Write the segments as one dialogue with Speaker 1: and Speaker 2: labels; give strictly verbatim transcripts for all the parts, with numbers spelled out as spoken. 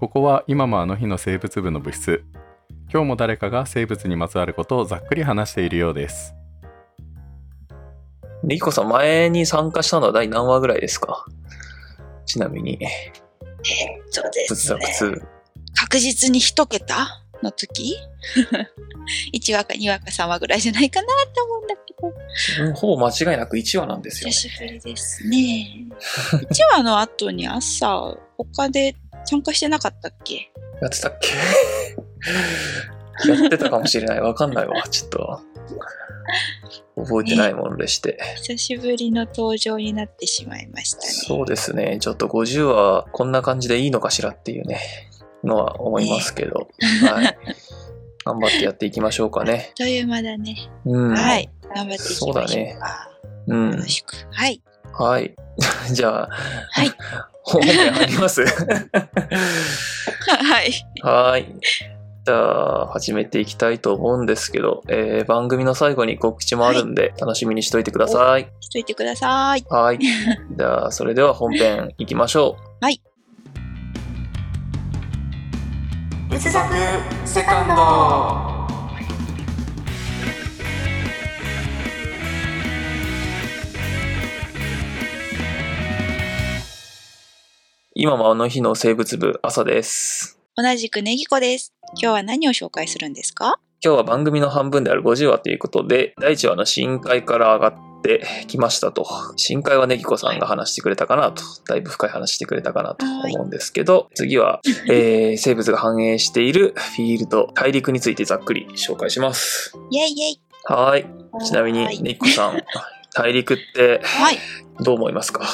Speaker 1: ここは今もあの日の生物部の部室。今日も誰かが生物にまつわることをざっくり話しているようです。
Speaker 2: ネギコさん、前に参加したのは第何話ぐらいですか？ちなみに。
Speaker 3: えっとですね。
Speaker 2: 普通
Speaker 3: 確実に一桁の時いちわかにわかさんわぐらいじゃないかなって思うんだけど。
Speaker 2: 自分ほぼ間違いなくいちわなんですよね。
Speaker 3: 久しぶりですね。いちわの後に朝、他で参加してなかったっけ？
Speaker 2: やってたっけやってたかもしれない。わかんないわ。ちょっと。覚えてないものでして、
Speaker 3: ね、久しぶりの登場になってしまいましたね。
Speaker 2: そうですね。ちょっとごじゅうはこんな感じでいいのかしらっていうねのは思いますけど、ね、はい、頑張ってやっていきましょうかね。
Speaker 3: という間だね。
Speaker 2: うん、
Speaker 3: はい、頑張っていきましょう。
Speaker 2: そうだね。うん、
Speaker 3: よろしく。はい。
Speaker 2: はい。じゃあ、
Speaker 3: はい。
Speaker 2: 本編入ります。
Speaker 3: はい。
Speaker 2: はい。じゃあ始めていきたいと思うんですけど、えー、番組の最後に告知もあるんで、はい、楽しみにしといてください。
Speaker 3: しといてください。
Speaker 2: はい。じゃあそれでは本編いきましょう。
Speaker 3: はい。
Speaker 4: 哲学セカンド。
Speaker 2: 今もあの日の生物部朝です。
Speaker 3: 同じくネギコです。今日は何を紹介するんですか？
Speaker 2: 今日は番組の半分であるごじゅうわということで、だいいちわの深海から上がってきましたと。深海はネギコさんが話してくれたかなと、だいぶ深い話してくれたかなと思うんですけど、次は、えー、生物が繁栄しているフィールド、大陸についてざっくり紹介します。
Speaker 3: イェイイェイ。
Speaker 2: はい。ちなみにネギコさん、大陸ってどう思いますか？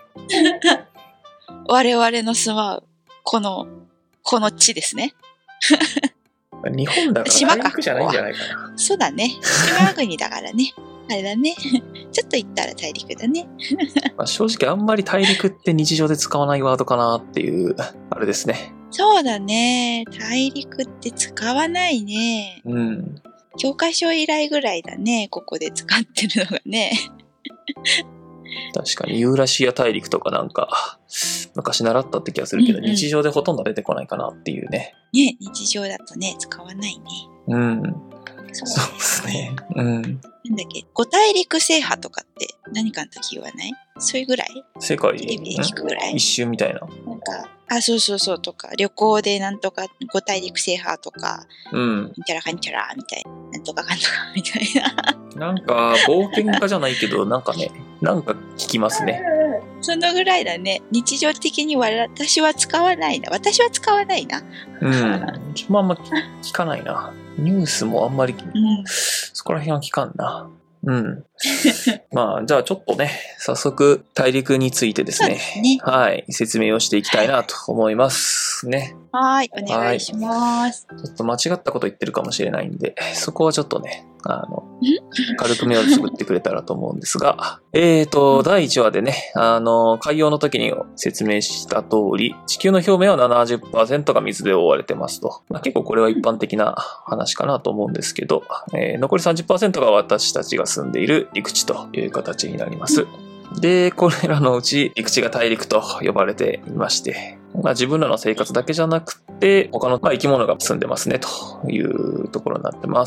Speaker 3: 我々の住まうこのこの地ですね。
Speaker 2: 日本だから大陸じゃないんじゃないかな。
Speaker 3: そうだね。島国だからね。あれだね。ちょっと言ったら大陸だね。
Speaker 2: まあ正直あんまり大陸って日常で使わないワードかなっていうあれですね。
Speaker 3: そうだね。大陸って使わないね。
Speaker 2: うん。
Speaker 3: 教科書以来ぐらいだね。ここで使ってるのがね。
Speaker 2: 確かにユーラシア大陸とかなんか昔習ったって気がするけど、うんうん、日常でほとんど出てこないかなっていうね。
Speaker 3: ね、日常だとね使わないね。
Speaker 2: うん。そうですね。うん。なん
Speaker 3: だっけ、五大陸制覇とかって何かの時言わない？それぐらい？
Speaker 2: 世界
Speaker 3: テレビで聞くぐらい？
Speaker 2: 一周みたいな。
Speaker 3: なんかあ、そうそうそうとか、旅行でなんとか五大陸制覇とか、
Speaker 2: うん。
Speaker 3: なんちゃらかんちゃらみたいな、なんとかかんとかみたい
Speaker 2: な。なんか冒険家じゃないけどなんかね、なんか聞きますね。
Speaker 3: そのぐらいだね。日常的には私は使わないな。私は使わないな。
Speaker 2: うん。自分もあんま聞かないな。ニュースもあんまり、うん、そこら辺は聞かんな。うん。まあ、じゃあちょっとね、早速大陸についてですね。
Speaker 3: そうですね。
Speaker 2: はい。説明をしていきたいなと思いますね。
Speaker 3: はい。お願いします。
Speaker 2: ちょっと間違ったこと言ってるかもしれないんで、そこはちょっとね、あの、軽く目をつぶってくれたらと思うんですが、えーと、だいいちわでね、あの、海洋の時に説明した通り、地球の表面は ななじゅっパーセント が水で覆われてますと。まあ、結構これは一般的な話かなと思うんですけど、えー、残り さんじゅっパーセント が私たちが住んでいる陸地という形になります。で、これらのうち陸地が大陸と呼ばれていまして、まあ、自分らの生活だけじゃなくて他のまあ生き物が住んでますねというところになってます。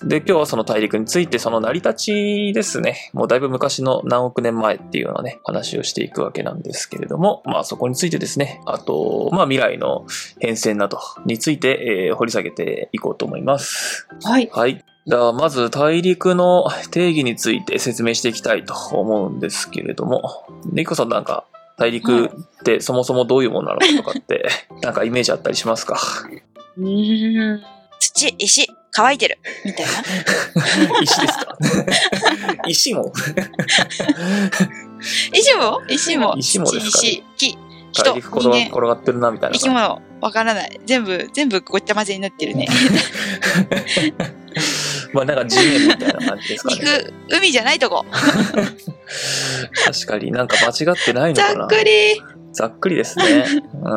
Speaker 2: で、今日はその大陸についてその成り立ちですね。もうだいぶ昔の何億年前っていうようなね、話をしていくわけなんですけれども、まあそこについてですね、あと、まあ未来の変遷などについて、えー、掘り下げていこうと思います。
Speaker 3: はい。
Speaker 2: はい。ではまず大陸の定義について説明していきたいと思うんですけれども、ネギコさんなんか大陸ってそもそもどういうものなのかとかってなんかイメージあったりしますか？
Speaker 3: うーん、土、石、乾いてるみたいな。
Speaker 2: 石ですか？石も
Speaker 3: 石も石も
Speaker 2: 石もですか、ね？
Speaker 3: 石、木、人、
Speaker 2: 大陸転が、転がってるなみたいな。
Speaker 3: 生き物、わからない。全部全部ごっちゃ混ぜになってるね。
Speaker 2: まあなんか地面みたいな感じですかね。
Speaker 3: 陸、海じゃないとこ。
Speaker 2: 確かになんか間違ってないのかな。
Speaker 3: ざっくり。
Speaker 2: ざっくりですね。うん、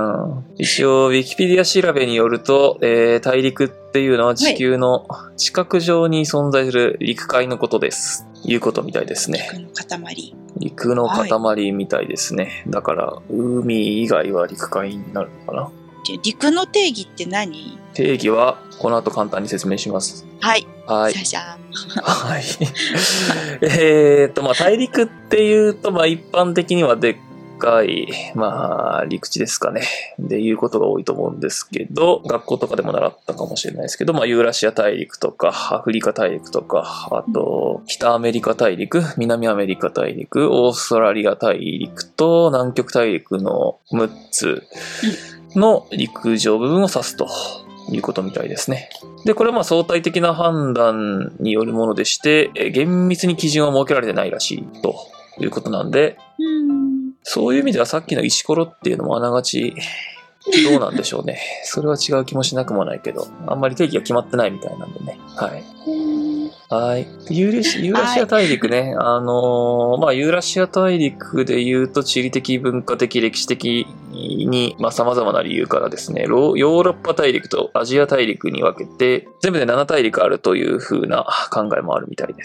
Speaker 2: 一応ウィキペディア調べによると、えー、大陸っていうのは地球の地殻上に存在する陸塊のことです。いうことみたいですね。
Speaker 3: 陸の塊。
Speaker 2: 陸の塊みたいですね。はい、だから海以外は陸塊になるのかな。
Speaker 3: じゃあ陸の定義って何？
Speaker 2: 定義はこの後簡単に説明します。
Speaker 3: はい。
Speaker 2: はい。
Speaker 3: さあじゃあ。
Speaker 2: はい。えっと、まあ、大陸っていうと、まあ、一般的にはでっかい、まあ、陸地ですかね。で、いうことが多いと思うんですけど、学校とかでも習ったかもしれないですけど、まあ、ユーラシア大陸とか、アフリカ大陸とか、あと、北アメリカ大陸、南アメリカ大陸、オーストラリア大陸と南極大陸のむっつの陸上部分を指すということみたいですね。で、これはまあ相対的な判断によるものでして、厳密に基準は設けられてないらしいということなんで、
Speaker 3: うん
Speaker 2: そういう意味ではさっきの石ころっていうのもあながちどうなんでしょうね。それは違う気もしなくもないけど、あんまり定義が決まってないみたいなんでね。はい。はい。ユーラシ、ユーラシア大陸ね。はい、あのー、まあ、ユーラシア大陸で言うと地理的、文化的、歴史的に、まあ、様々な理由からですね、ヨーロッパ大陸とアジア大陸に分けて、全部でなな大陸あるという風な考えもあるみたいです。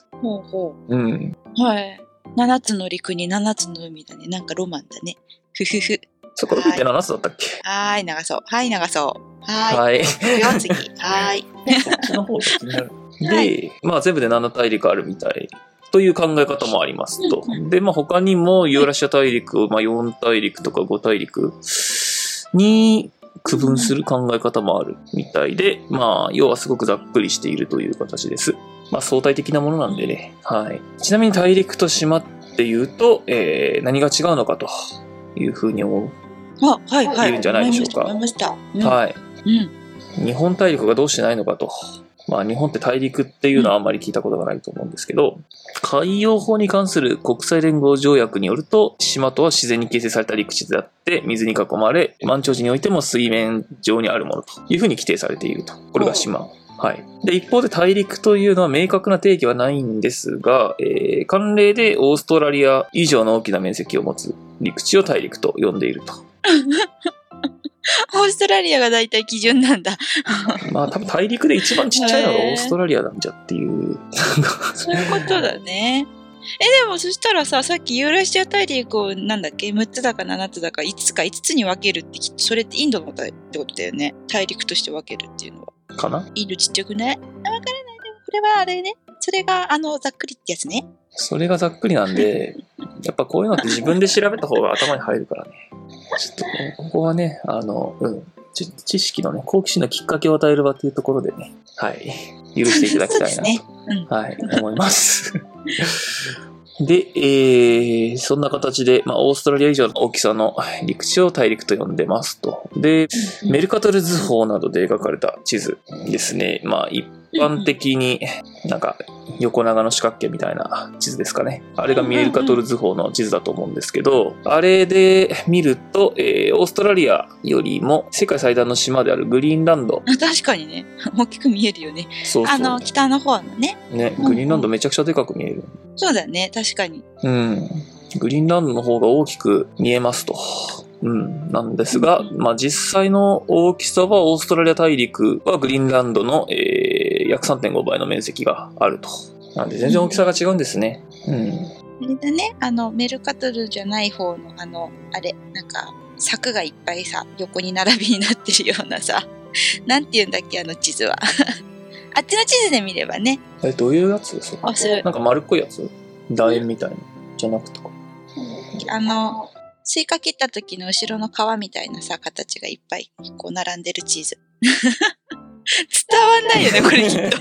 Speaker 3: ほうほ
Speaker 2: う。うん。
Speaker 3: はい。ななつの陸にななつの海だね。なんかロマンだね。ふふふ。
Speaker 2: そこってななつだったっけ？
Speaker 3: はい、長そう。はい、長そう。はい。
Speaker 2: はい。
Speaker 3: よ次。はい。
Speaker 2: そっちの方が気になる。で、はい、まあ全部でなな大陸あるみたいという考え方もありますと。で、まあ他にもユーラシア大陸、まあよん大陸とかご大陸に区分する考え方もあるみたいで、まあ要はすごくざっくりしているという形です。まあ相対的なものなんでね。はい。ちなみに大陸と島っていうと、えー、何が違うのかというふうに思う。
Speaker 3: あ、はいはい。
Speaker 2: 言うんじゃないでしょうか。
Speaker 3: 思いました。うん、
Speaker 2: はい、
Speaker 3: うん。
Speaker 2: 日本大陸がどうしてないのかと。まあ日本って大陸っていうのはあんまり聞いたことがないと思うんですけど、海洋法に関する国際連合条約によると、島とは自然に形成された陸地であって、水に囲まれ、満潮時においても水面上にあるものというふうに規定されていると。これが島。はい。で、一方で大陸というのは明確な定義はないんですが、えー、慣例でオーストラリア以上の大きな面積を持つ陸地を大陸と呼んでいると。
Speaker 3: オーストラリアが大体基準なんだ。
Speaker 2: まあ多分大陸で一番ちっちゃいのがオーストラリアなんじゃっていう。
Speaker 3: そういうことだね。え、でもそしたらさ、さっきユーラシア大陸をなんだっけ、むっつだかななつだかいつつかいつつに分けるってきっとそれってインドのってことだよね。大陸として分けるっていうのは。
Speaker 2: かな？
Speaker 3: インドちっちゃくない？わからない。でもこれはあれね。それがあのざっくりってやつね。
Speaker 2: それがざっくりなんで、やっぱこういうのって自分で調べた方が頭に入るからね。ちょっとここはね、あの、うん、知, 知識のね、好奇心のきっかけを与える場というところでね、はい、許していただきたいなと、ねうん、はい、思います。で、えー、そんな形で、まあ、オーストラリア以上の大きさの陸地を大陸と呼んでますと。で、メルカトル図法などで描かれた地図ですね。まあ、一般的になんか横長の四角形みたいな地図ですかね。あれがメルカトル図法の地図だと思うんですけど、あれで見ると、えー、オーストラリアよりも世界最大の島であるグリーンランド。
Speaker 3: 確かにね。大きく見えるよね。
Speaker 2: そうそう。
Speaker 3: あの、北の方のね。
Speaker 2: ね、グリーンランドめちゃくちゃでかく見える。
Speaker 3: そうだね、確かに。
Speaker 2: うん。グリーンランドの方が大きく見えますと。うん。なんですが、まあ実際の大きさはオーストラリア大陸はグリーンランドの、えー、約 さんてんご 倍の面積があると。なんで全然大きさが違うんですね。うん。
Speaker 3: あれだね、あの、メルカトルじゃない方の、あの、あれ、なんか、柵がいっぱいさ、横に並びになってるようなさ、なんて言うんだっけ、あの地図は。あっちの地図で見ればね。
Speaker 2: え、どういうやつ？そ
Speaker 3: あ、それ
Speaker 2: なんか丸っこいやつ？楕円みたいな。じゃなくてか。
Speaker 3: あの、スイカ切った時の後ろの皮みたいなさ、形がいっぱいこう並んでるチーズ。伝わんないよね、これきっと。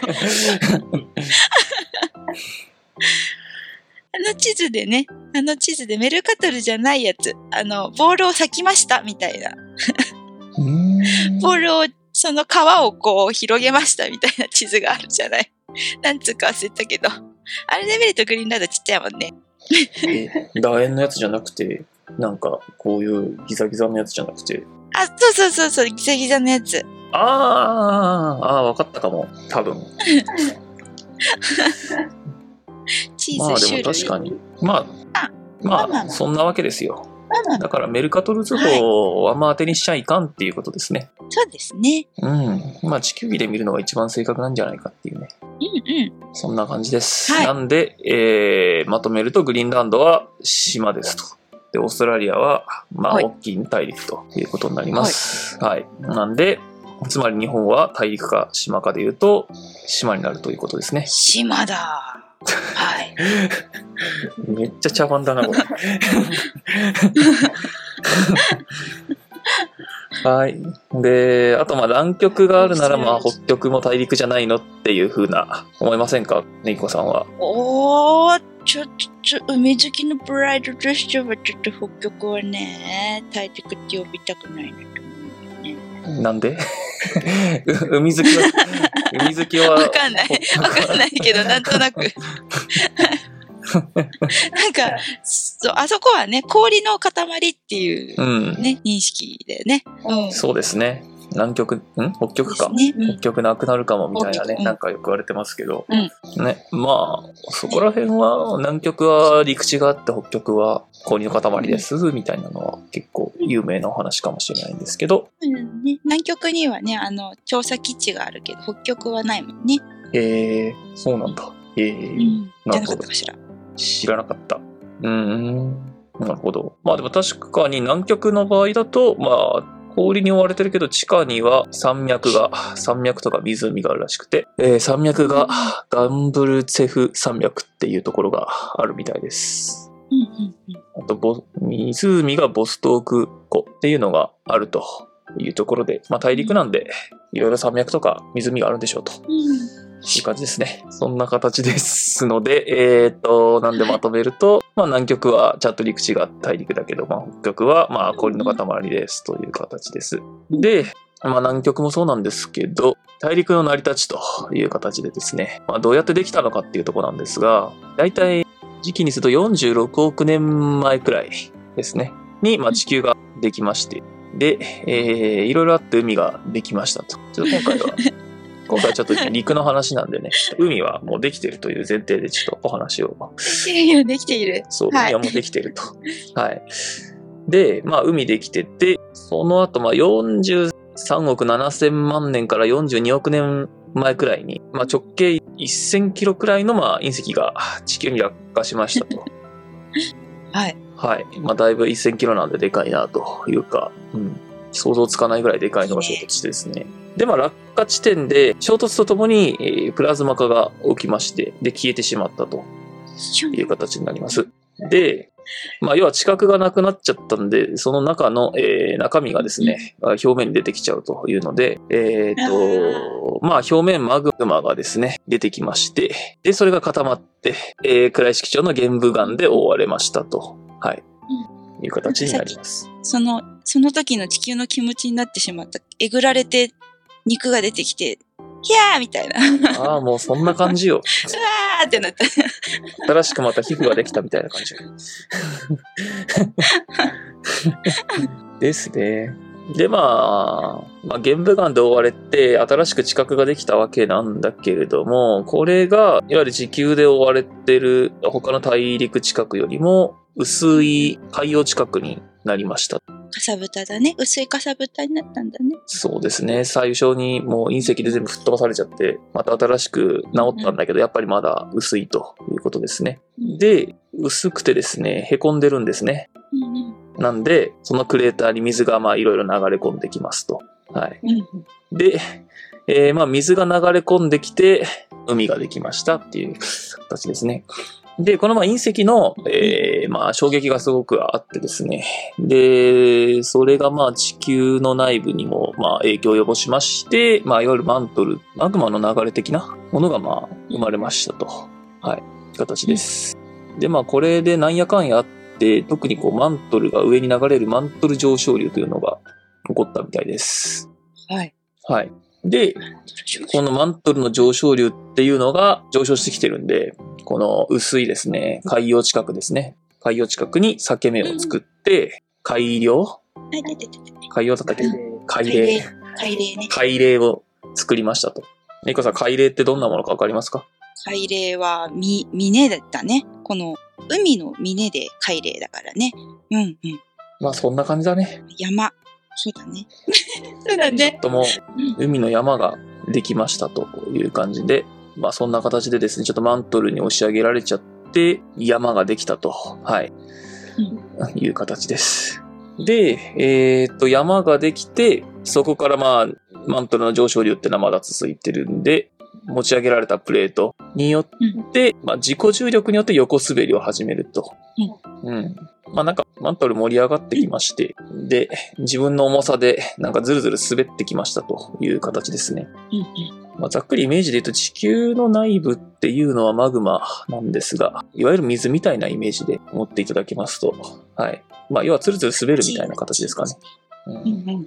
Speaker 3: あの地図でね、あの地図でメルカトルじゃないやつ、あの、ボールを裂きましたみたいな。ボールを、その皮をこう広げましたみたいな地図があるじゃない。なんつうか忘れたけど。あれで見るとグリーンランドちっちゃいもんね。
Speaker 2: 楕円のやつじゃなくて、なんかこういうギザギザのやつじゃなくて。
Speaker 3: あ、そうそうそうそう、ギザギザのやつ。
Speaker 2: あー、あー、わかったかも。多分。
Speaker 3: チーズ
Speaker 2: まあ
Speaker 3: 種類。
Speaker 2: でも確かに。まあ、まあ、まあ、そんなわけですよ。だからメルカトル図法はまあ当てにしちゃいかんっていうことですね。
Speaker 3: そうですね。
Speaker 2: うん。まあ地球儀で見るのが一番正確なんじゃないかっていうね。
Speaker 3: うんうん。
Speaker 2: そんな感じです。
Speaker 3: はい、
Speaker 2: なんで、えー、まとめるとグリーンランドは島ですと。 で、オーストラリアは、まあ、
Speaker 3: はい
Speaker 2: 大きい大陸ということになります。はい。なんで、つまり日本は大陸か島かで言うと、島になるということですね。
Speaker 3: 島だ。はい。
Speaker 2: めっちゃ茶番だな、これ。はい。で、あと、まあ、南極があるなら、まあ、北極も大陸じゃないのっていう風な、思いませんか、ねいこさんは。
Speaker 3: おー、ちょっと、ちょ海好きのプライドとしては、ちょっと北極はね、大陸って呼びたくないなと思うよね。
Speaker 2: なんで海好きは、海好きは。
Speaker 3: わかんない。わかんないけど、なんとなく。なんか、そう、あそこはね、氷の塊っていう、
Speaker 2: うん。
Speaker 3: ね、認識でね。うん。
Speaker 2: そうですね。南極、ん北極か。
Speaker 3: ですねうん
Speaker 2: 北極なくなるかもみたいなね、
Speaker 3: 北極うん
Speaker 2: なんかよく言われてますけど。
Speaker 3: うん
Speaker 2: ね。まあ、そこら辺は、南極は陸地があって、北極は氷の塊です、みたいなのは結構有名なお話かもしれないんですけど。
Speaker 3: うんね、南極にはね、あの、調査基地があるけど、北極はないもんね。
Speaker 2: へえ、そうなんだ。へえ、
Speaker 3: うん。じゃな
Speaker 2: なるほど
Speaker 3: かったかしら。
Speaker 2: 知らなかった。うーん。なるほど。まあでも確かに南極の場合だと、まあ、氷に覆われてるけど、地下には山脈が、山脈とか湖があるらしくて、えー山脈がガンブルツェフ山脈っていうところがあるみたいです。
Speaker 3: うんうんうん。
Speaker 2: あとボ、湖がボストーク湖っていうのがあるというところで、まあ大陸なんで、いろいろ山脈とか湖があるんでしょうと。
Speaker 3: うん
Speaker 2: いう感じですね。そんな形ですので、えーっと、なんでまとめると、まあ南極はちゃんと陸地が大陸だけど、まあ北極はまあ氷の塊ですという形です。で、まあ南極もそうなんですけど、大陸の成り立ちという形でですね、まあどうやってできたのかっていうところなんですが、だいたい時期にするとよんじゅうろくおくねんまえくらいですね、に、まあ地球ができまして、で、えー、いろいろあって海ができましたと。ちょっと今回は、今回はちょっと陸の話なんでね、海はもうできてるという前提でちょっとお話を。
Speaker 3: いやいや、できている。
Speaker 2: そう、
Speaker 3: はい
Speaker 2: 海はもうできてると。はい。で、まあ海できてて、その後まあよんじゅうさんおくななせんまんねんからよんじゅうにおくねんまえくらいに、まあ直径せんキロくらいのまあ隕石が地球に落下しましたと。
Speaker 3: はい。
Speaker 2: はい。まあだいぶせんキロなんででかいなというか、うん。想像つかないぐらいでかいのが衝突してですね。で、まあ落下地点で衝突とともに、えープラズマ化が起きまして、で、消えてしまったという形になります。で、まあ要は地殻がなくなっちゃったんで、その中の、えー中身がですね、表面に出てきちゃうというので、えっ、と、まあ表面マグマがですね、出てきまして、で、それが固まって、えー、暗い色調の玄武岩で覆われましたと。はい。いう形になります。
Speaker 3: その、その時の地球の気持ちになってしまった。えぐられて、肉が出てきて、ヒャーみたいな。うわ
Speaker 2: ああ、もうそんな感じよ。
Speaker 3: ーってなった。
Speaker 2: 新しくまた皮膚ができたみたいな感じ。ですね。で、まあ、まあ、玄武岩で覆われて、新しく地殻ができたわけなんだけれども、これが、いわゆる地球で覆われてる他の大陸地殻よりも、薄い海洋地殻になりました。
Speaker 3: かさぶただね。薄いかさぶたになったんだね。
Speaker 2: そうですね。最初にもう隕石で全部吹っ飛ばされちゃって、また新しく治ったんだけど、やっぱりまだ薄いということですね。で、薄くてですね、凹んでるんですね。
Speaker 3: うんうん
Speaker 2: なんで、そのクレーターに水がまあいろいろ流れ込んできますと。はい。
Speaker 3: うん
Speaker 2: で、えーまあ水が流れ込んできて、海ができましたっていう形ですね。で、このまあ隕石の、えーまあ衝撃がすごくあってですね。で、それがまあ地球の内部にもまあ影響を及ぼしまして、まあいわゆるマントル、マグマの流れ的なものがまあ生まれましたと。はい。形です。で、まあこれでなんやかんやあって、特にこうマントルが上に流れるマントル上昇流というのが起こったみたいです。
Speaker 3: はい。
Speaker 2: はい。で、このマントルの上昇流っていうのが上昇してきてるんで、この薄いですね、海洋地殻ですね。海洋地殻に裂け目を作って、海洋
Speaker 3: はい、出ててて。
Speaker 2: 海洋だったっけ海
Speaker 3: 海
Speaker 2: 嶺
Speaker 3: 嶺。海嶺ね。
Speaker 2: 海嶺を作りましたと。ねこさん、海嶺ってどんなものかわかりますか？
Speaker 3: 海嶺は、み、峰だったね。この、海の峰で海嶺だからね。うんうん。
Speaker 2: まあそんな感じだね。
Speaker 3: 山。そうだね。そうだね。
Speaker 2: とも海の山ができましたという感じで、まあそんな形でですね、ちょっとマントルに押し上げられちゃって山ができたと。はい。 いう形です。で、えっと、山ができて、そこからまあ、マントルの上昇流ってのはまだ続いてるんで、持ち上げられたプレートによって、うん、まあ、自己重力によって横滑りを始めると。うん。うん、まあなんか、マントル盛り上がってきまして、うん、で、自分の重さで、なんかずるずる滑ってきましたという形ですね。うんうん、まあ、ざっくりイメージで言うと、地球の内部っていうのはマグマなんですが、いわゆる水みたいなイメージで思っていただけますと、はい。まあ、要はつるつる滑るみたいな形ですかね。うんうん、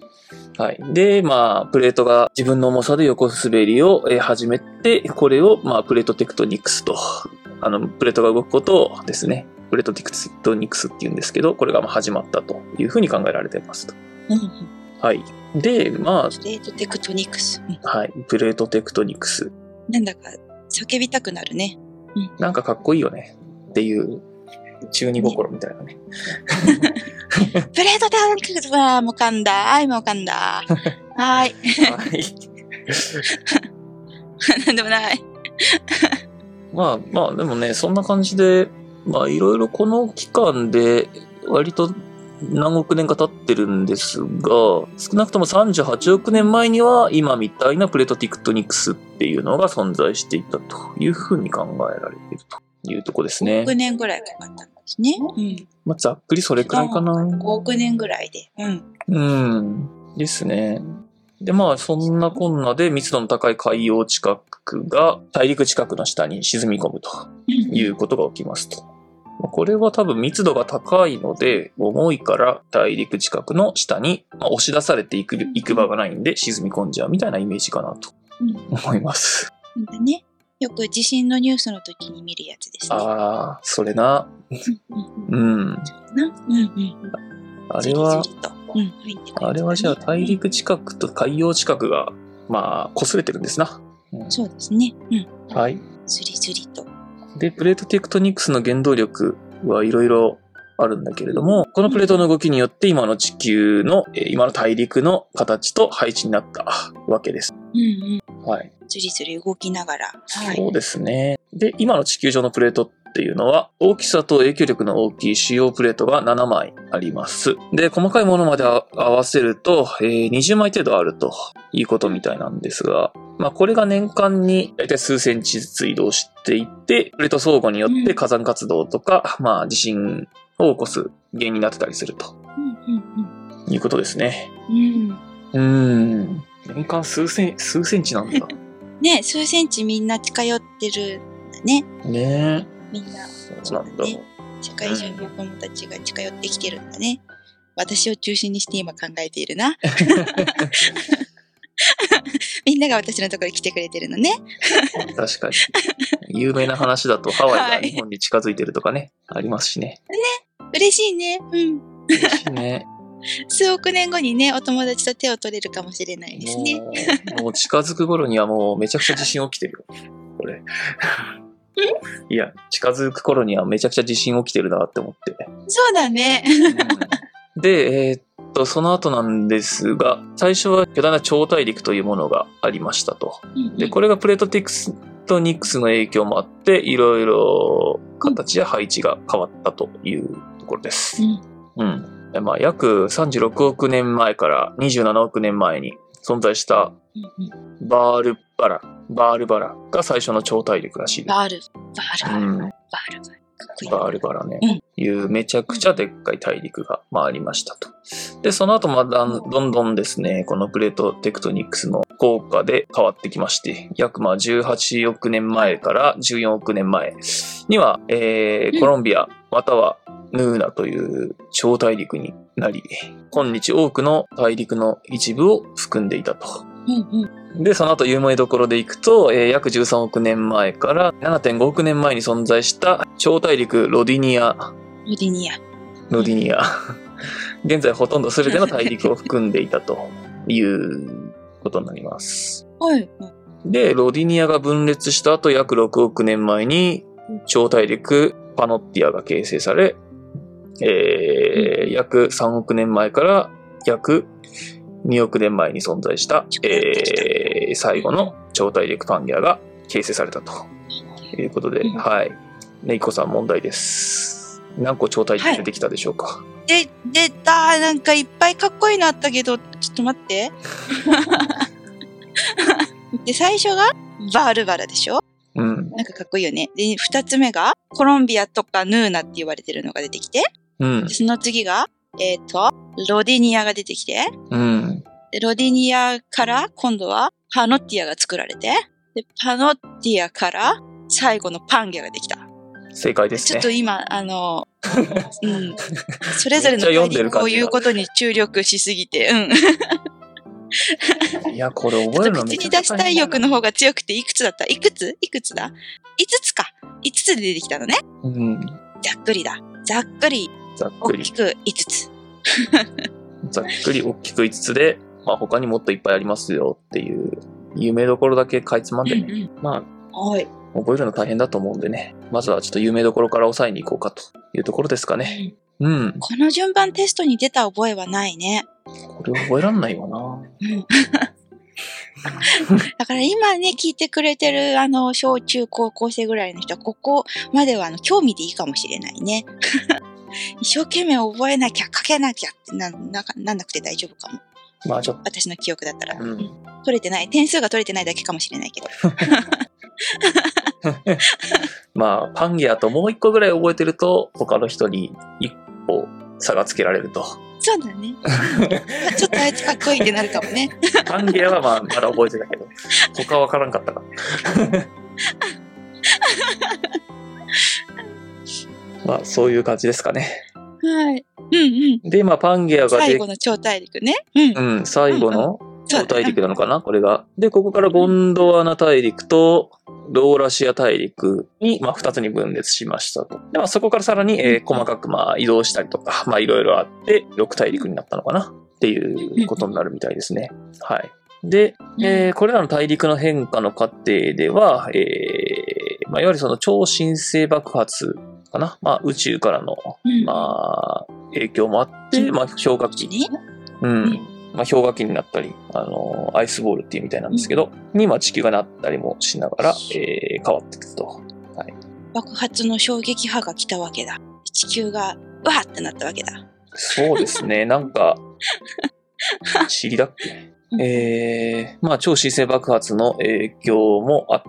Speaker 2: はい。で、まあ、プレートが自分の重さで横滑りを始めて、これを、まあ、プレートテクトニクスと、あの、プレートが動くことをですね、プレートテクトニクスって言うんですけど、これがまあ始まったというふうに考えられていますと。うんうん、はい。で、まあ、
Speaker 3: プレートテクトニクス。うん、
Speaker 2: はい。プレートテクトニクス。
Speaker 3: なんだか叫びたくなるね。
Speaker 2: うん、なんかかっこいいよね。っていう。中二心みたいなね。
Speaker 3: プレートテクトニクスはもう噛んだ。はい、もう噛んだ。はい。はい。なんでもない。
Speaker 2: まあまあ、でもね、そんな感じで、まあいろいろこの期間で割と何億年か経ってるんですが、少なくともさんじゅうはちおくねんまえには今みたいなプレートテクトニクスっていうのが存在していたというふうに考えられているというところですね。
Speaker 3: ごおくねんぐらいかかったんですね。うん。
Speaker 2: まあざっくりそれくらいかな。
Speaker 3: ごおくねんぐらいで。うん。
Speaker 2: うん。ですね。で、まあそんなこんなで密度の高い海洋地殻が大陸近くの下に沈み込むということが起きますと。これは多分密度が高いので、重いから大陸近くの下に押し出されていく、行く場がないんで沈み込んじゃうみたいなイメージかなと思います。
Speaker 3: うん、だね。よく地震のニュースの時に見るやつですね。
Speaker 2: ああ、それな。うん。うん。あれは、うん、あれはじゃあ大陸近くと海洋近くが、まあ、擦れてるんですな。
Speaker 3: うん、そうですね。
Speaker 2: うん。はい。
Speaker 3: スリスリと。
Speaker 2: で、プレートテクトニクスの原動力はいろいろあるんだけれども、このプレートの動きによって今の地球の、今の大陸の形と配置になったわけです。うんうん。はい。
Speaker 3: ずりずり動きながら。
Speaker 2: はい。そうですね。で、今の地球上のプレートっていうのは、大きさと影響力の大きい主要プレートがななまいあります。で、細かいものまで合わせると、えー、にじゅうまい程度あるということみたいなんですが、まあこれが年間にだいたい数センチずつ移動していって、プレート相互によって火山活動とか、うん、まあ地震を起こす原因になってたりすると、うんうんうん、いうことですね。うん。うーん。年間数セン、数センチなんだ。
Speaker 3: ね、数センチみんな近寄ってるんだね。
Speaker 2: ねえ。
Speaker 3: みんな、
Speaker 2: そうなんだ。ね、
Speaker 3: 世界中の子供たちが近寄ってきてるんだね。うん、私を中心にして今考えているな。みんなが私のところに来てくれてるのね。
Speaker 2: 確かに。有名な話だとハワイが日本に近づいてるとかね、はい、ありますしね。
Speaker 3: ね、嬉しいね。うん。
Speaker 2: 嬉しいね。
Speaker 3: 数億年後にね、お友達と手を取れるかもしれないですね。
Speaker 2: もう、もう近づく頃にはもうめちゃくちゃ地震起きてるよ。これ。いや、近づく頃にはめちゃくちゃ地震起きてるなって思って。
Speaker 3: そうだね。
Speaker 2: うん、で、えー、っと、その後なんですが、最初は巨大な超大陸というものがありましたと。で、これがプレートテクトニクスの影響もあって、いろいろ形や配置が変わったというところです。うん。うんまあ、約さんじゅうろくおくねんまえからにじゅうななおくねんまえに存在したバールバラ、バールバラが最初の超大陸らしい。
Speaker 3: バール、バール、うん、バールバラ。
Speaker 2: バールバラね、うん、いうめちゃくちゃでっかい大陸が、まあ、ありましたと。で、その後まだどんどんですね、このプレートテクトニクスの効果で変わってきまして、約まあじゅうはちおくねんまえからじゅうよんおくねんまえには、えー、コロンビアまたはヌーナという超大陸になり、今日多くの大陸の一部を含んでいたと。うんうん、で、その後有名どころでいくと、えー、約じゅうさんおくねんまえから ななてんごおくねんまえに存在した超大陸ロディニア。
Speaker 3: ロディニア。
Speaker 2: ロディニア。現在ほとんど全ての大陸を含んでいたということになります。はい。で、ロディニアが分裂した後約ろくおくねんまえに超大陸パノッティアが形成され、えー、約さんおくねんまえから約におくねんまえに存在した、えー、最後の超大陸パンゲアが形成されたということで、うん、はい。ねいこさん問題です。 何個超大陸出てきたでしょうか。
Speaker 3: はい、で、出た。なんかいっぱいかっこいいのあったけど、ちょっと待って。で、最初がバールバラでしょ。
Speaker 2: うん。
Speaker 3: なんかかっこいいよね。で、二つ目がコロンビアとかヌーナって言われてるのが出てきて。
Speaker 2: うん。
Speaker 3: でその次が、えっと、ロディニアが出てきて。
Speaker 2: うん。
Speaker 3: で、ロディニアから今度はパノッティアが作られて。で、パノッティアから最後のパンゲができた。
Speaker 2: 正解ですね。
Speaker 3: ちょっと今、あの、うん、それぞれの大陸を言うことに注力しすぎて、
Speaker 2: うん。いや、これ覚えるのめっちゃ
Speaker 3: 口に出したい欲の方が強くて、いくつだったいくついくつだ ?いつ つか。いつつで出てきたのね。
Speaker 2: うん。
Speaker 3: ざっくりだ。ざっくり。
Speaker 2: ざっくり。
Speaker 3: 大きくいつつ。
Speaker 2: ざっくり大きくいつつで、まあ他にもっといっぱいありますよっていう、有名どころだけかいつまんでね。うんうん、まあ、
Speaker 3: はい。
Speaker 2: 覚えるの大変だと思うんでね。まずはちょっと有名どころから抑えに行こうかというところですかね。うん。うん、
Speaker 3: この順番テストに出た覚えはないね。
Speaker 2: これ覚えらんないわな。うん、
Speaker 3: だから今ね、聞いてくれてる、あの、小中高校生ぐらいの人は、ここまでは、あの、興味でいいかもしれないね。一生懸命覚えなきゃ、書けなきゃってな、な、なんなくて大丈夫かも。
Speaker 2: まあちょっと。
Speaker 3: 私の記憶だったら、
Speaker 2: うん。
Speaker 3: 取れてない。点数が取れてないだけかもしれないけど。
Speaker 2: まあ、パンゲアともう一個ぐらい覚えてると、他の人に一歩差がつけられると。
Speaker 3: そうだね。ちょっとあいつかっこいいってなるかもね。
Speaker 2: パンゲアはまあ、まだ覚えてたけど、他はわからんかったから。まあ、そういう感じですかね。
Speaker 3: はい。うんうん。
Speaker 2: で、まあ、パンゲアがで
Speaker 3: 最後の超大陸ね。うん。
Speaker 2: うん、最後の超大陸なのかな、これが。で、ここからゴンドワナ大陸とローラシア大陸に、まあ、二つに分裂しましたと。で、まあ、そこからさらに、えー、細かく、まあ、移動したりとか、まあ、いろいろあって、ろく大陸になったのかなっていうことになるみたいですね。はい。で、えー、これらの大陸の変化の過程では、えー、まあ、いわゆるその超新星爆発かな。まあ、宇宙からの、まあ、影響もあって、まあ、氷河期。うん。まあ、氷河期になったり、あの、アイスボールっていうみたいなんですけど、に、まあ、地球がなったりもしながら、えー、変わっていくと。はい。
Speaker 3: 爆発の衝撃波が来たわけだ。地球が、うわーってなったわけだ。
Speaker 2: そうですね。なんか、知りだっけえー、まあ、超新星爆発の影響もあって、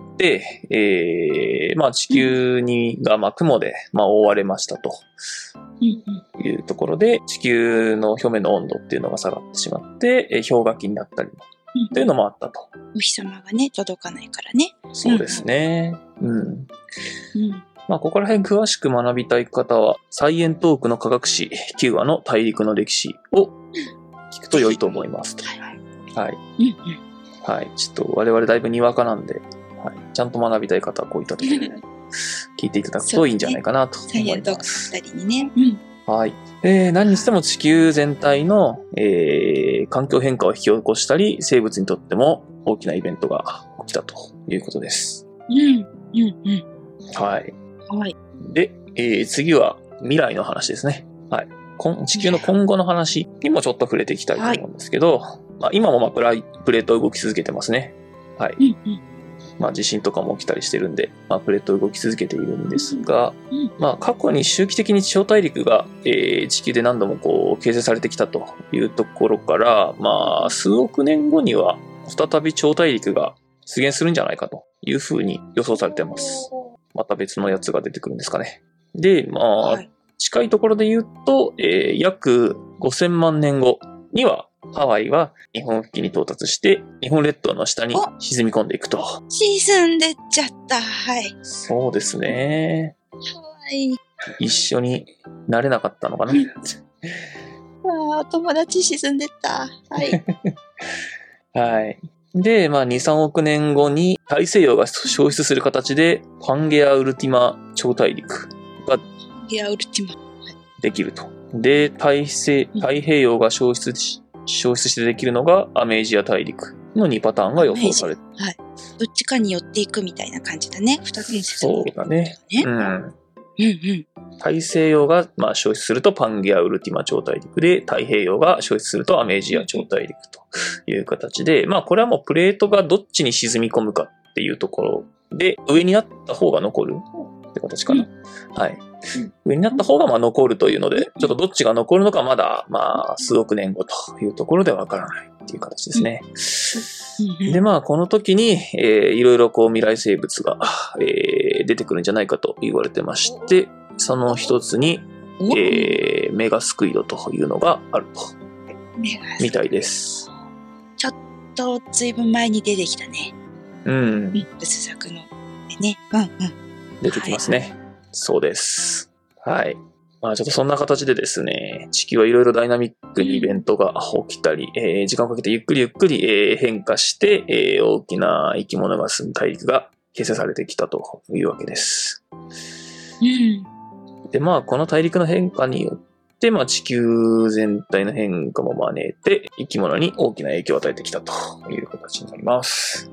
Speaker 2: えー、まあ、地球にが、まあ、雲で、まあ、覆われましたと。いうところで、地球の表面の温度っていうのが下がってしまって、えー、氷河期になったりというのもあったと。
Speaker 3: お日様がね、届かないからね。
Speaker 2: そうですね。うん。うん、まあ、ここら辺詳しく学びたい方は、サイエントークの科学史きゅうわの大陸の歴史を聞くと良いと思いますと。はい。はい。ちょっと我々だいぶにわかなんで、はい、ちゃんと学びたい方はこういったところで、ね、聞いていただくといいんじゃないかなと思います。
Speaker 3: サイエントーク二人にね。
Speaker 2: うん、はい。えー、何にしても地球全体の、えー、環境変化を引き起こしたり、生物にとっても大きなイベントが起きたということです。
Speaker 3: うん。うん。うん。
Speaker 2: はい。
Speaker 3: はい。
Speaker 2: で、えー、次は未来の話ですね。はい。地球の今後の話にもちょっと触れていきたいと思うんですけど、はい、まあ、今もまあプライプレート動き続けてますね。はい。うんうん、まあ、地震とかも起きたりしてるんで、まあ、プレート動き続けているんですが、うんうん、まあ、過去に周期的に超大陸が、えー、地球で何度もこう形成されてきたというところから、まあ、数億年後には再び超大陸が出現するんじゃないかというふうに予想されています。また別のやつが出てくるんですかね。で、まあ、はい、近いところで言うと、えー、約ごせんまんねんごにはハワイは日本付近に到達して日本列島の下に沈み込んでいくと。
Speaker 3: 沈んでっちゃった。はい。
Speaker 2: そうですね。
Speaker 3: はい。
Speaker 2: 一緒になれなかったのかな。
Speaker 3: ああ、友達沈んでった。はい。
Speaker 2: はい。で、まあ、に、さんおくねんごに大西洋が消失する形でパンゲアウルティマ超大陸が
Speaker 3: ゲアウルティマ
Speaker 2: できると。で、大西、太平洋が消失し、消失してできるのがアメージア大陸のにパターンが予想される。
Speaker 3: はい。どっちかに寄っていくみたいな感じだね。二つの説
Speaker 2: 明、ね。そうだね。うん。
Speaker 3: うんうん。
Speaker 2: 大西洋がまあ消失するとパンゲアウルティマ超大陸で、太平洋が消失するとアメージア超大陸という形で、まあこれはもうプレートがどっちに沈み込むかっていうところで、上になった方が残る。 って形かな。はい。上になった方がまあ残るというので、ちょっとどっちが残るのかまだまあ数億年後というところでわからないっていう形ですね。でまあこの時に、えー、いろいろこう未来生物が、えー、出てくるんじゃないかと言われてまして、その一つに、えー、メガスクイドというのがあるとみたいです。
Speaker 3: ちょっとずいぶん前に出てきたね。
Speaker 2: うん。
Speaker 3: 仏作のでね。うんうん。
Speaker 2: 出てきますね。はい、そうです。はい。まあちょっとそんな形でですね、地球はいろいろダイナミックにイベントが起きたり、えー、時間をかけてゆっくりゆっくり、えー、変化して、えー、大きな生き物が住む大陸が形成されてきたというわけです。
Speaker 3: うん。
Speaker 2: で、まあこの大陸の変化によって、まあ地球全体の変化も招いて、生き物に大きな影響を与えてきたという形になります。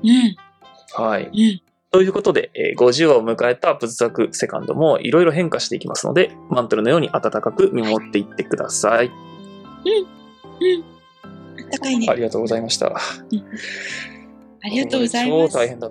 Speaker 3: うん。
Speaker 2: はい。
Speaker 3: うん。
Speaker 2: ということで、ごじゅうわを迎えた仏作セカンドもいろいろ変化していきますので、マントルのように温かく見守っていってください。うん。
Speaker 3: うん。あったかいね。
Speaker 2: ありがとうございました。うん、
Speaker 3: ありがとうございます。
Speaker 2: 超大変だった。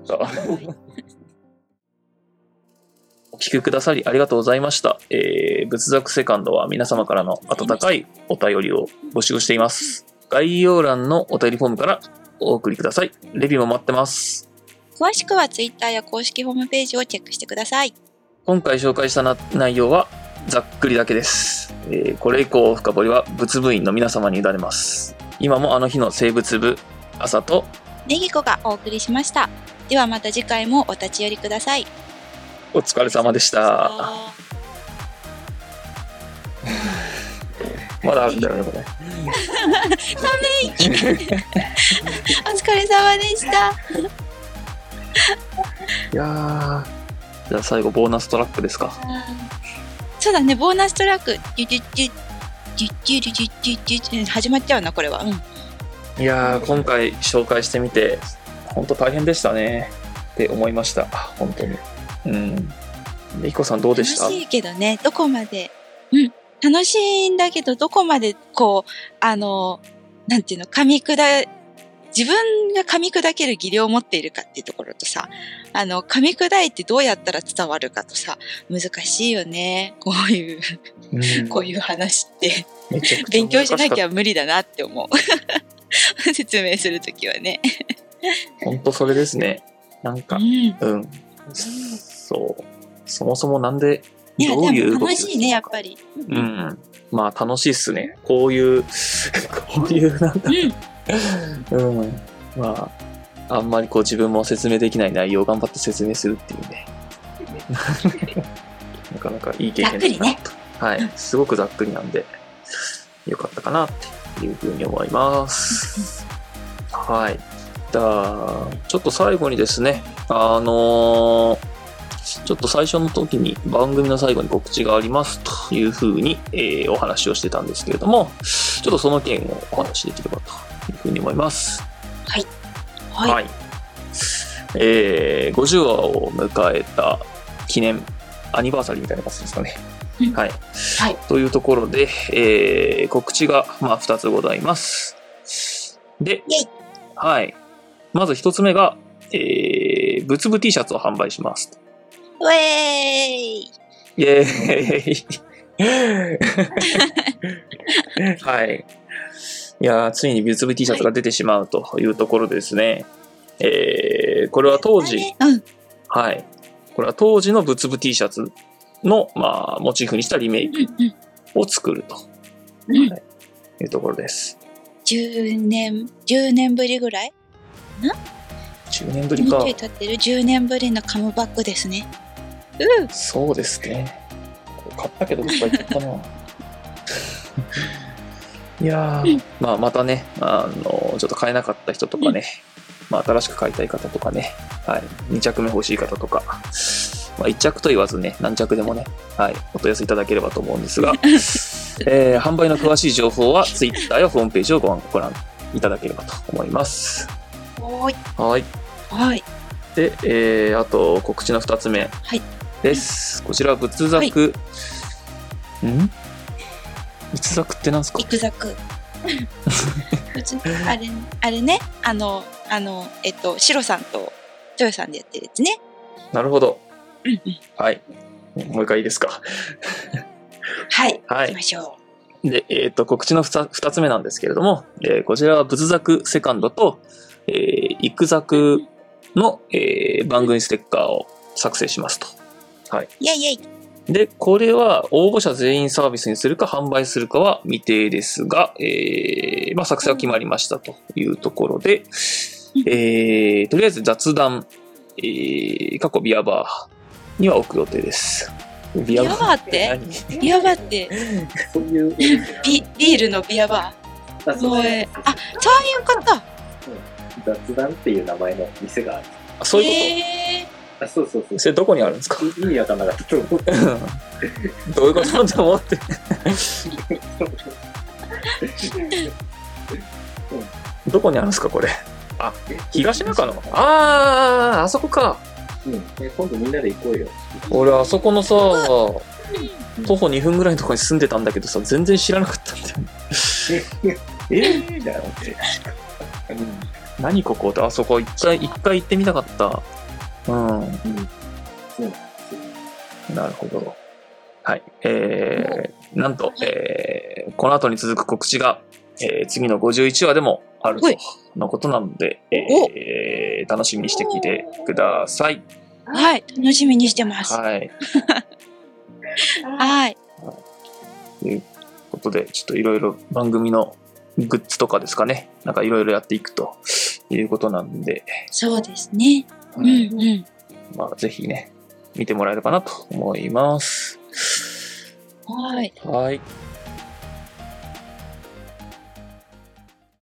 Speaker 2: お聞きくださりありがとうございました。えー、仏作セカンドは皆様からの温かいお便りを募集しています。概要欄のお便りフォームからお送りください。レビューも待ってます。
Speaker 3: 詳しくはツイッターや公式ホームページをチェックしてください。
Speaker 2: 今回紹介したな内容はざっくりだけです。えー、これ以降深掘りは仏部員の皆様に委ねます。今もあの日の生物部朝と
Speaker 3: ネギコがお送りしました。ではまた次回もお立ち寄りください。
Speaker 2: お疲れ様でした。まだあるんだよねこれ。
Speaker 3: ため息。お疲れ様でした。
Speaker 2: いやー、じゃあ最後ボーナストラックですか。
Speaker 3: そうだね、ボーナストラックジュジュジュジュジュジュジュジュジュジュ始まっちゃうなこれは。うん、
Speaker 2: いやー今回紹介してみて本当大変でしたねって思いました。本当に。うん。いこさんどうでした？
Speaker 3: 楽しいけどね、どこまで、うん、楽しいんだけどどこまでこうあのなんていうの噛み砕自分が噛み砕ける技量を持っているかっていうところとさ、あの噛み砕いてどうやったら伝わるかとさ、難しいよねこういう、うん、こういう話って勉強しなきゃ無理だなって思う説明するときはね。
Speaker 2: 本当それですね。なんか、うん、うん、そうそもそもなんでどういう動きを
Speaker 3: 楽しいねやっぱり。
Speaker 2: うん、まあ楽しいっすね。こういうこういうなんだ。うんうん、まああんまりこう自分も説明できない内容を頑張って説明するっていうねなかなかいい経験だなと、ね、はい、すごくざっくりなんでよかったかなっていうふうに思います。はい、じゃあちょっと最後にですね、あのー、ちょっと最初の時に番組の最後に告知がありますというふうに、えー、お話をしてたんですけれども、ちょっとその件をお話しできればというふうに思います。
Speaker 3: はい。はい。はい、
Speaker 2: えー、ごじゅうわを迎えた記念アニバーサリーみたいな感じですかね。うん、はい。はい。というところで、えー、告知がまあふたつございます。で、はい。まずひとつめが、えー、仏部 T シャツを販売します。
Speaker 3: ウェーイ。
Speaker 2: イエーイ。はい。いやーついに仏部 T シャツが出てしまうというところですね。えー、これは当時、
Speaker 3: うん、
Speaker 2: はい。これは当時の仏部 T シャツの、まあ、モチーフにしたリメイクを作ると、うんはい、いうところです。
Speaker 3: じゅうねん、じゅうねんぶりぐらいん ?
Speaker 2: じゅう 年ぶりか。
Speaker 3: 見て立ってるじゅうねんぶりのカムバックですね。
Speaker 2: うん。そうですね。買ったけどどっか行ったな。いやー、うん、まあまたね、あのちょっと買えなかった人とかね、うん、まあ新しく買いたい方とかね、はい、に着目欲しい方とか、まあいっ着と言わずね、何着でもね、はい、お問い合わせいただければと思うんですが、えー、販売の詳しい情報は Twitter やホームページをご覧いただければと思います。
Speaker 3: はい。
Speaker 2: はい。
Speaker 3: はい。
Speaker 2: で、えー、あと告知のふたつめです。はい、こちら仏作、はい、ん？仏作ってなんですか？
Speaker 3: 仏作。あれあれね、あのあのえっとシロさんとトヨさんでやってるやつね。
Speaker 2: なるほど。
Speaker 3: うんうん、
Speaker 2: はい。 もう一回いいですか。
Speaker 3: はい。
Speaker 2: はい
Speaker 3: 行きましょ
Speaker 2: で、えっ、と、告知の 2, 2つ目なんですけれども、えーこちらは仏作セカンドと、えー、育作の、えー番組ステッカーを作成しますと。はい。
Speaker 3: う。イェイイェイ。
Speaker 2: で、これは応募者全員サービスにするか販売するかは未定ですが、えーまあ、作成は決まりましたというところで、えーとりあえず雑談、えー、過去ビアバーには置く予定です。ビ
Speaker 3: ビアバーって
Speaker 2: 何
Speaker 3: ビアバーって、
Speaker 5: そういう
Speaker 3: ビ、ビールのビアバー。
Speaker 5: あそう
Speaker 3: そうえあ、そういうこと。
Speaker 5: 雑談っていう名前の店がある。
Speaker 2: あ、そういうこ
Speaker 3: へ
Speaker 5: あ、そうそうそう。
Speaker 2: とそれどこにあるんですか？
Speaker 5: 意味わかんなかったと思って。
Speaker 2: どういうことと思って。どこにあるんですかこれ？あ、東中野。あー、あそこか。
Speaker 5: うん。え今度みんなで行こうよ。
Speaker 2: 俺あそこのさ、徒歩にふんぐらいのところに住んでたんだけどさ、全然知らなかったんだよね。
Speaker 5: えーだよって。
Speaker 2: 何ここって、あそこ一回、一回行ってみたかった。うん。
Speaker 5: うん。そうなんですよ。
Speaker 2: なるほど。はい。えー、なんと、えー、この後に続く告知が、えー、次のごじゅういちわでもあると
Speaker 3: はい
Speaker 2: のことなので、えー、楽しみにしてきてください。
Speaker 3: はい。楽しみにしてます。
Speaker 2: はい。
Speaker 3: はい。
Speaker 2: ということで、ちょっといろいろ番組のグッズとかですかね。なんかいろいろやっていくということなんで、
Speaker 3: そうですね。うんうん。
Speaker 2: まあ、ぜひね、見てもらえればなと思います。
Speaker 3: はい。
Speaker 2: はい。